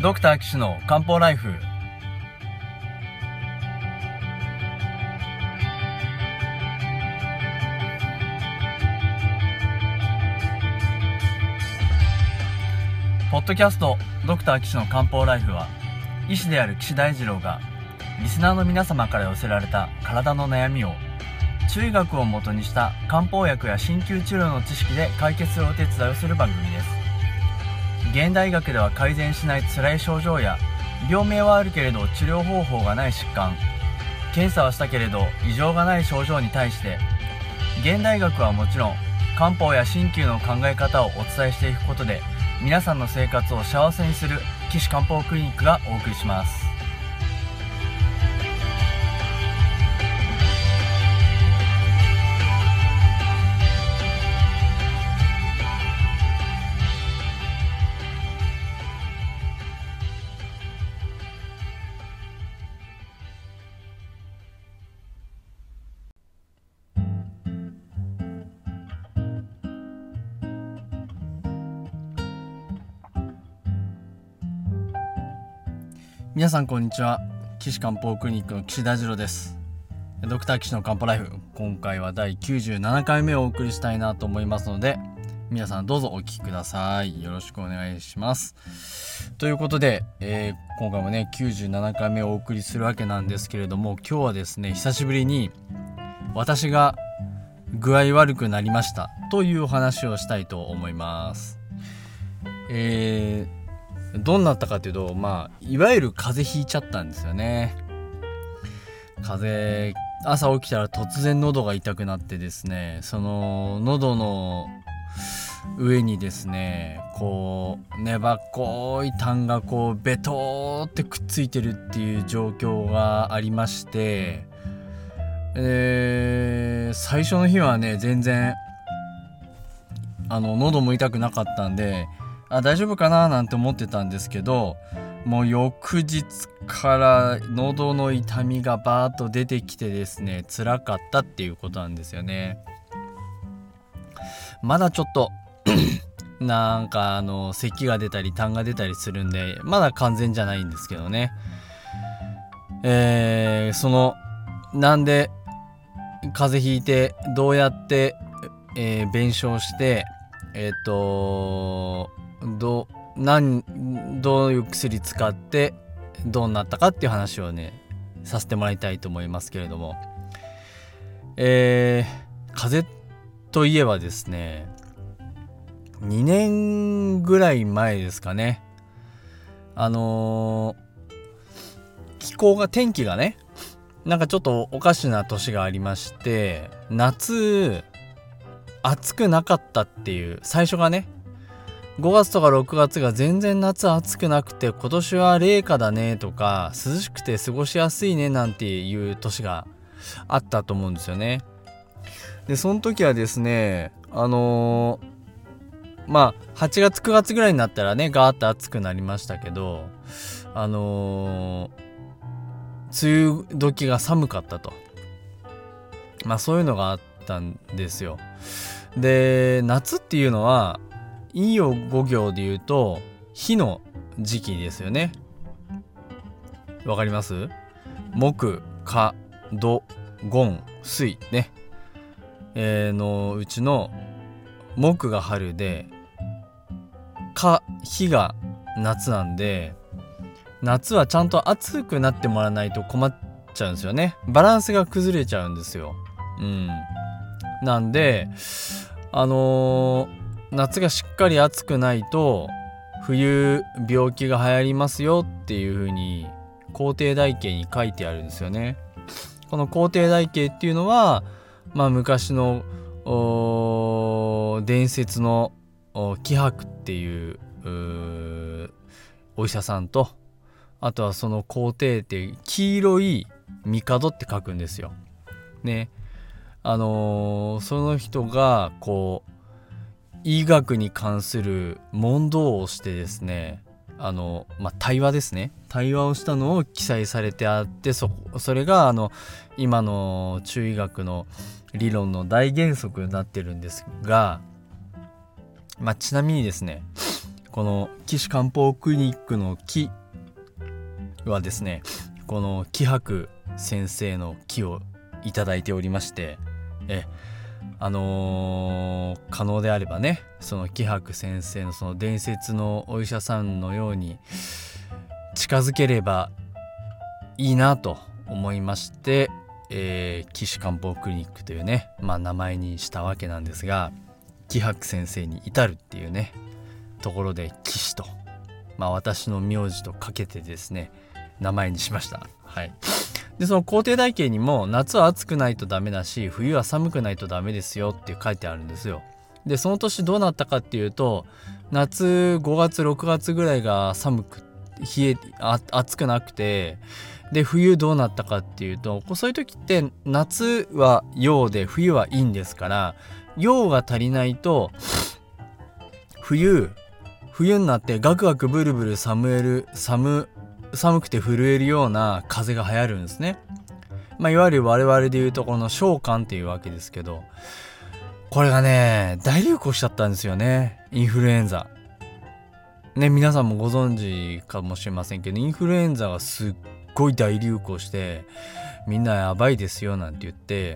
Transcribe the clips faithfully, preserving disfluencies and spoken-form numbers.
ドクター岸の漢方ライフ。ポッドキャストドクター岸の漢方ライフは、医師である岸大二郎がリスナーの皆様から寄せられた体の悩みを中医学をもとにした漢方薬や鍼灸治療の知識で解決するお手伝いをする番組です。現代医学では改善しない辛い症状や、病名はあるけれど治療方法がない疾患、検査はしたけれど異常がない症状に対して、現代医学はもちろん漢方や鍼灸の考え方をお伝えしていくことで、皆さんの生活を幸せにする岸漢方クリニックがお送りします。皆さんこんにちは。岸漢方クリニックの岸大二郎です。ドクター岸の漢方ライフ、今回はだいきゅうじゅうななかいめをお送りしたいなと思いますので、皆さんどうぞお聞きください。よろしくお願いします。ということで、えー、今回もねきゅうじゅうななかいめをお送りするわけなんですけれども、今日はですね久しぶりに私が具合悪くなりましたというお話をしたいと思います。えーどうなったかというと、まあいわゆる風邪ひいちゃったんですよね。風邪、朝起きたら突然喉が痛くなってですね、その喉の上にですね、こう粘っこい痰がこうベトーってくっついてるっていう状況がありまして、えー、最初の日はね全然あの喉も痛くなかったんで、あ大丈夫かななんて思ってたんですけど、もう翌日から喉の痛みがバーッと出てきてですね、辛かったっていうことなんですよね。まだちょっとなんかあの咳が出たり痰が出たりするんで、まだ完全じゃないんですけどね。えー、そのなんで風邪ひいてどうやって、えー、弁償してえっ、ー、とどうなんどういう薬使ってどうなったかっていう話をねさせてもらいたいと思いますけれども、えー、風邪といえばですね、にねんぐらい前ですかね、あのー、気候が天気がねなんかちょっとおかしな年がありまして、夏暑くなかったっていう、最初がねごがつとかろくがつが全然夏暑くなくて、今年は冷夏だねとか涼しくて過ごしやすいねなんていう年があったと思うんですよね。でその時はですね、あのー、まあはちがつくがつぐらいになったらねガーッと暑くなりましたけど、あのー、梅雨時が寒かったと、まあそういうのがあったんですよ。で夏っていうのは陰陽五行で言うと火の時期ですよね。わかります？木、火、土、金、水ね、えー、のうちの木が春で火、火が夏なんで、夏はちゃんと暑くなってもらわないと困っちゃうんですよね。バランスが崩れちゃうんですよ。うん。なんであのー夏がしっかり暑くないと冬病気が流行りますよっていう風に皇帝台形に書いてあるんですよね。この皇帝台形っていうのは、まあ、昔の伝説の気白っていうお医者さんと、あとはその皇帝って黄色い帝って書くんですよね。あのー、その人がこう医学に関する問答をしてですね、あの、まあ、対話ですね対話をしたのを記載されてあって、 そ, それがあの今の中医学の理論の大原則になってるんですが、まあ、ちなみにですねこの岸漢方クリニックの木はですね、この木博先生の木をいただいておりまして、えあのー、可能であればね、その木博先生のその伝説のお医者さんのように近づければいいなと思いまして、えー、岸漢方クリニックというね、まあ、名前にしたわけなんですが、木博先生に至るっていうねところで岸と、まあ、私の名字とかけてですね名前にしました。はい。でその工程台形にも夏は暑くないとダメだし冬は寒くないとダメですよって書いてあるんですよ。でその年どうなったかっていうと、夏ごがつろくがつぐらいが寒く冷えあ暑くなくて、で冬どうなったかっていうと、そういう時って夏は陽で冬は陰ですから、陽が足りないと冬冬になってガクガクブルブル寒える寒寒くて震えるような風が流行るんですね。まあ、いわゆる我々でいうとこの召喚っていうわけですけど、これがね大流行しちゃったんですよね、インフルエンザね。皆さんもご存知かもしれませんけど、インフルエンザがすっごい大流行して、みんなやばいですよなんて言って、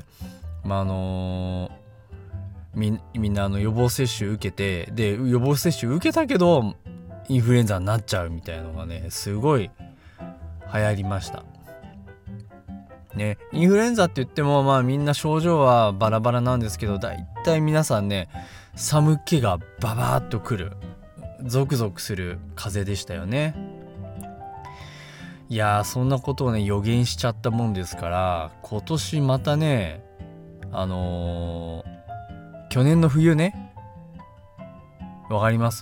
まああのみ, みんなあの予防接種受けて、で予防接種受けたけどインフルエンザになっちゃうみたいなのがねすごい流行りましたね。インフルエンザって言ってもまあみんな症状はバラバラなんですけど、だいたい皆さんね寒気がババーっとくるゾクゾクする風邪でしたよね。いやーそんなことをね予言しちゃったもんですから、今年またねあのー、去年の冬ね、わかります？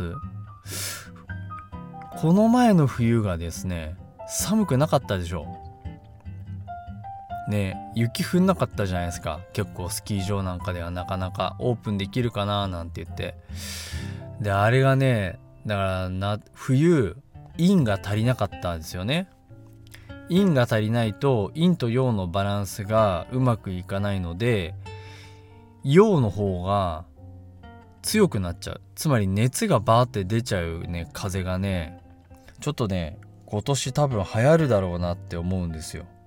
この前の冬がですね寒くなかったでしょね。雪降んなかったじゃないですか。結構スキー場なんかではなかなかオープンできるかななんて言って、であれがねだからな冬陰が足りなかったんですよね。陰が足りないと陰と陽のバランスがうまくいかないので、陽の方が強くなっちゃう、つまり熱がバーって出ちゃうね風がね、ちょっとね今年多分流行るだろうなって思うんですよ。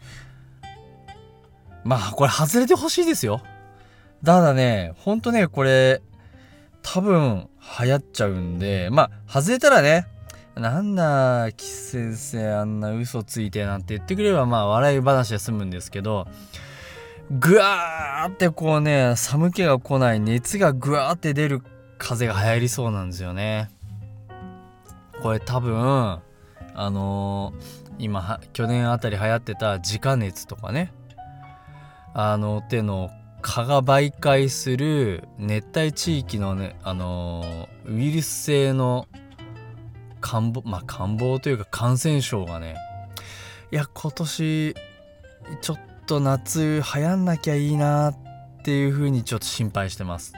まあこれ外れてほしいですよ。ただねほんとねこれ多分流行っちゃうんで、まあ外れたらね、なんだ岸先生あんな嘘ついてなんて言ってくれればまあ笑い話で済むんですけど、ぐわーってこうね寒気が来ない、熱がぐわーって出る風が流行りそうなんですよね。これ多分あのー、今は去年あたり流行ってた自家熱とかね、あの手の蚊が媒介する熱帯地域のねあのー、ウイルス性の感冒まあ感冒というか感染症がね、いや今年ちょっと夏流行んなきゃいいなっていう風にちょっと心配してます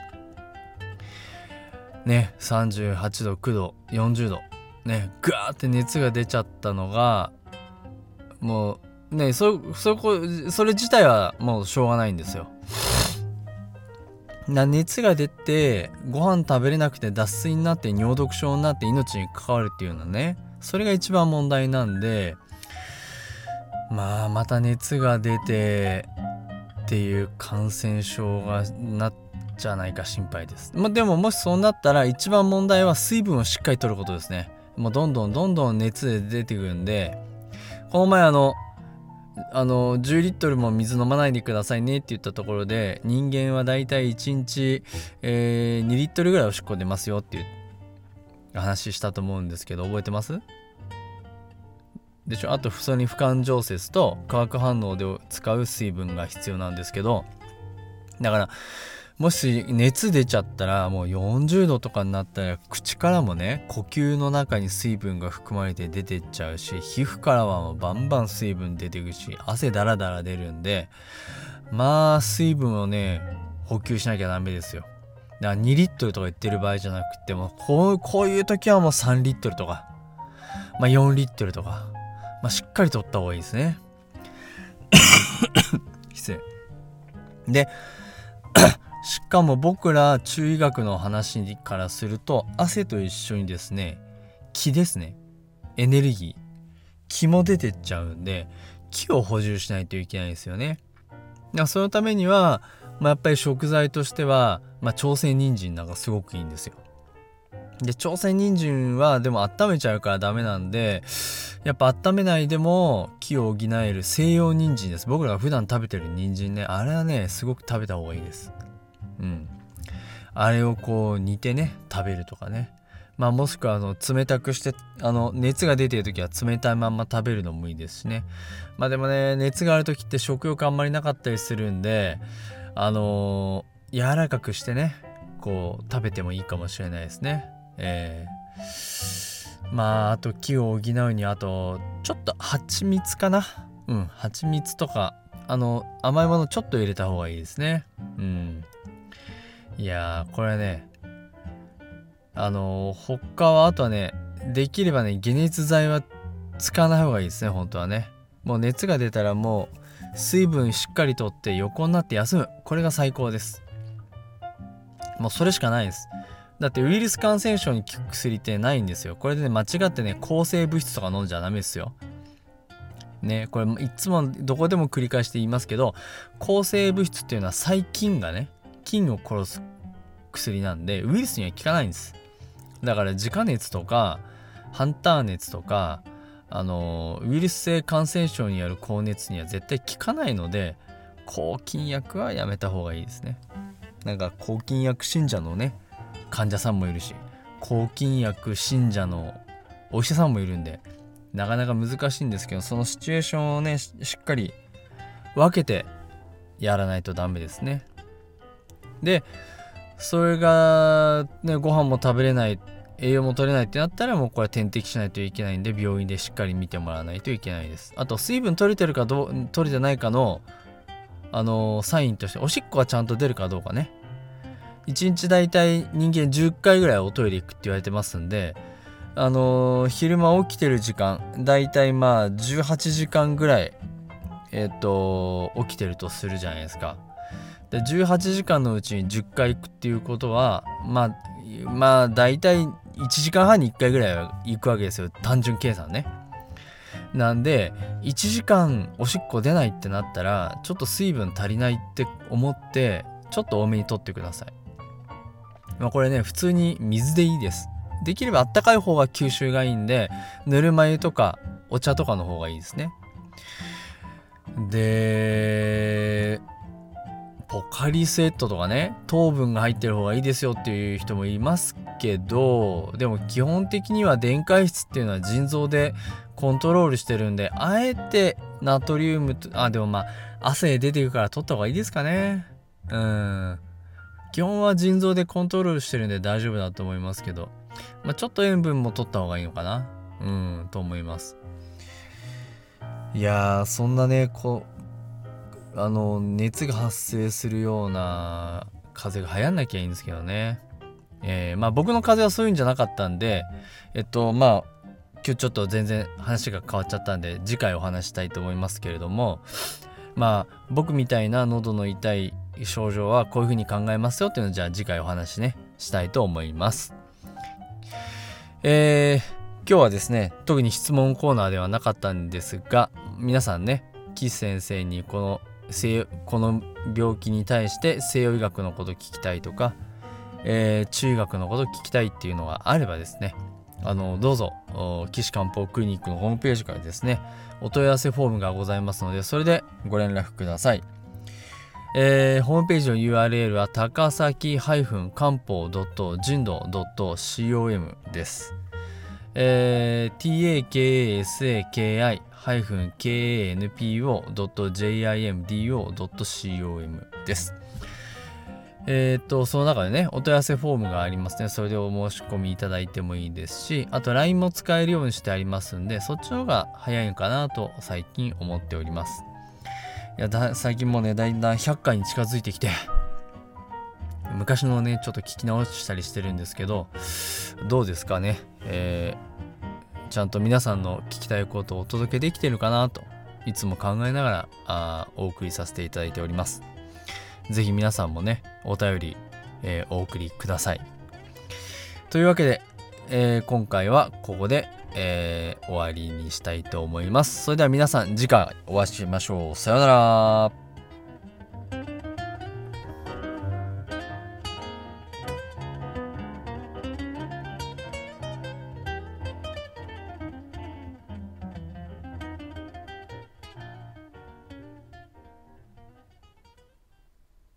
ね。さんじゅうはちどきゅうどよんじゅうどねグワーって熱が出ちゃったのがもうね そ, そ, こそれ自体はもうしょうがないんですよ。な熱が出てご飯食べれなくて脱水になって尿毒症になって命に関わるっていうのはね、それが一番問題なんで、まあまた熱が出てっていう感染症がなっちゃないか心配です。まあ、でももしそうなったら一番問題は水分をしっかりとることですね。もうどんどんどんどん熱で出てくるんで、この前あのあのじゅうリットルも水飲まないでくださいねって言ったところで、人間はだいたいいちにち、えー、にリットルぐらいおしっこ出ますよっていう話したと思うんですけど、覚えてますでしょ。あと普通に不感蒸節と化学反応で使う水分が必要なんですけど、だからもし熱出ちゃったらもうよんじゅうどとかになったら口からもね呼吸の中に水分が含まれて出てっちゃうし、皮膚からはもうバンバン水分出てくるし、汗だらだら出るんで、まあ水分をね補給しなきゃダメですよ。だからにリットルとか言ってる場合じゃなくても、こう、こういう時はもうさんリットルとか、まあよんリットルとか、まあしっかりとった方がいいですね。失礼。でしかも僕ら中医学の話からすると、汗と一緒にですね、気ですね、エネルギー、気も出てっちゃうんで、気を補充しないといけないですよね。だからそのためには、まあ、やっぱり食材としては、まあ、朝鮮人参なんかすごくいいんですよ。で、朝鮮人参はでも温めちゃうからダメなんで、やっぱ温めないでも気を補える西洋人参です。僕らが普段食べてる人参ね、あれはねすごく食べた方がいいです。うん。あれをこう煮てね食べるとかね。まあもしくはあの冷たくして、あの熱が出てる時は冷たいまんま食べるのもいいですしね。まあでもね、熱がある時って食欲あんまりなかったりするんで、あのー、柔らかくしてねこう食べてもいいかもしれないですね。えー、まああと気を補うには、あとちょっと蜂蜜かな。うん蜂蜜とかあの甘いものちょっと入れた方がいいですね。うん。いやーこれね、あのー、他はあとはね、できればね解熱剤は使わない方がいいですね。本当はね、もう熱が出たらもう水分しっかりとって横になって休む、これが最高です。もうそれしかないです。だってウイルス感染症に効く薬ってないんですよ。これでね間違ってね抗生物質とか飲んじゃダメですよね。これいつもどこでも繰り返して言いますけど、抗生物質っていうのは細菌がね菌を殺す薬なんで、ウイルスには効かないんです。だから自家熱とかハンター熱とか、あのウイルス性感染症による高熱には絶対効かないので、抗菌薬はやめた方がいいですね。なんか抗菌薬信者のね患者さんもいるし、抗菌薬信者のお医者さんもいるんで、なかなか難しいんですけど、そのシチュエーションをねしっかり分けてやらないとダメですね。でそれがねご飯も食べれない、栄養も取れないってなったら、もうこれ点滴しないといけないんで、病院でしっかり見てもらわないといけないです。あと水分取れてるかどう取れてないかのあのー、サインとして、おしっこがちゃんと出るかどうかね。いちにちだいたい人間じゅっかいぐらいおトイレ行くって言われてますんで、あのー、昼間起きてる時間だいたいまあじゅうはちじかんぐらいえっと起きてるとするじゃないですか。でじゅうはちじかんのうちにじゅっかい行くっていうことは、まあまあだいたいいちじかんはんにいっかいぐらいは行くわけですよ、単純計算ね。なんでいちじかんおしっこ出ないってなったら、ちょっと水分足りないって思ってちょっと多めに取ってください。まあ、これね普通に水でいいです。できればあったかい方が吸収がいいんで、ぬるま湯とかお茶とかの方がいいですね。でポカリスエットとかね、糖分が入ってる方がいいですよっていう人もいますけど、でも基本的には電解質っていうのは腎臓でコントロールしてるんで、あえてナトリウムと、あでもまあ汗出てくるから取った方がいいですかね。うん、基本は腎臓でコントロールしてるんで大丈夫だと思いますけど、まあ、ちょっと塩分も取った方がいいのかな、うんと思います。いやーそんなねこうあの熱が発生するような風邪が流行んなきゃいいんですけどね。えー、まあ僕の風邪はそういうんじゃなかったんで、えっとまあ今日ちょっと全然話が変わっちゃったんで次回お話したいと思いますけれども、まあ僕みたいな喉の痛い症状はこういう風に考えますよっていうのを、じゃあ次回お話ねしたいと思います。えー、今日はですね特に質問コーナーではなかったんですが、皆さんね岸先生にこの西この病気に対して西洋医学のこと聞きたいとか、えー、中医学のこと聞きたいっていうのがあればですね、あのどうぞ岸漢方クリニックのホームページからですねお問い合わせフォームがございますので、それでご連絡ください。えー、ホームページの ユーアールエル は高崎漢方人道 .com です。えー、takasaki-kanpo.jimdo.com です。えっとその中でねお問い合わせフォームがありますね。それでお申し込みいただいてもいいですし、あと ライン も使えるようにしてありますんで、そっちの方が早いのかなと最近思っております。いやだ最近もねだいだんひゃっかいに近づいてきて、昔のねちょっと聞き直したりしてるんですけど、どうですかね、えー、ちゃんと皆さんの聞きたいことをお届けできてるかなといつも考えながらあお送りさせていただいております。 ぜひ皆さんもねお便り、えー、お送りください。というわけで、えー、今回はここで、えー、終わりにしたいと思います。それでは皆さん次回お会いしましょう。さようなら。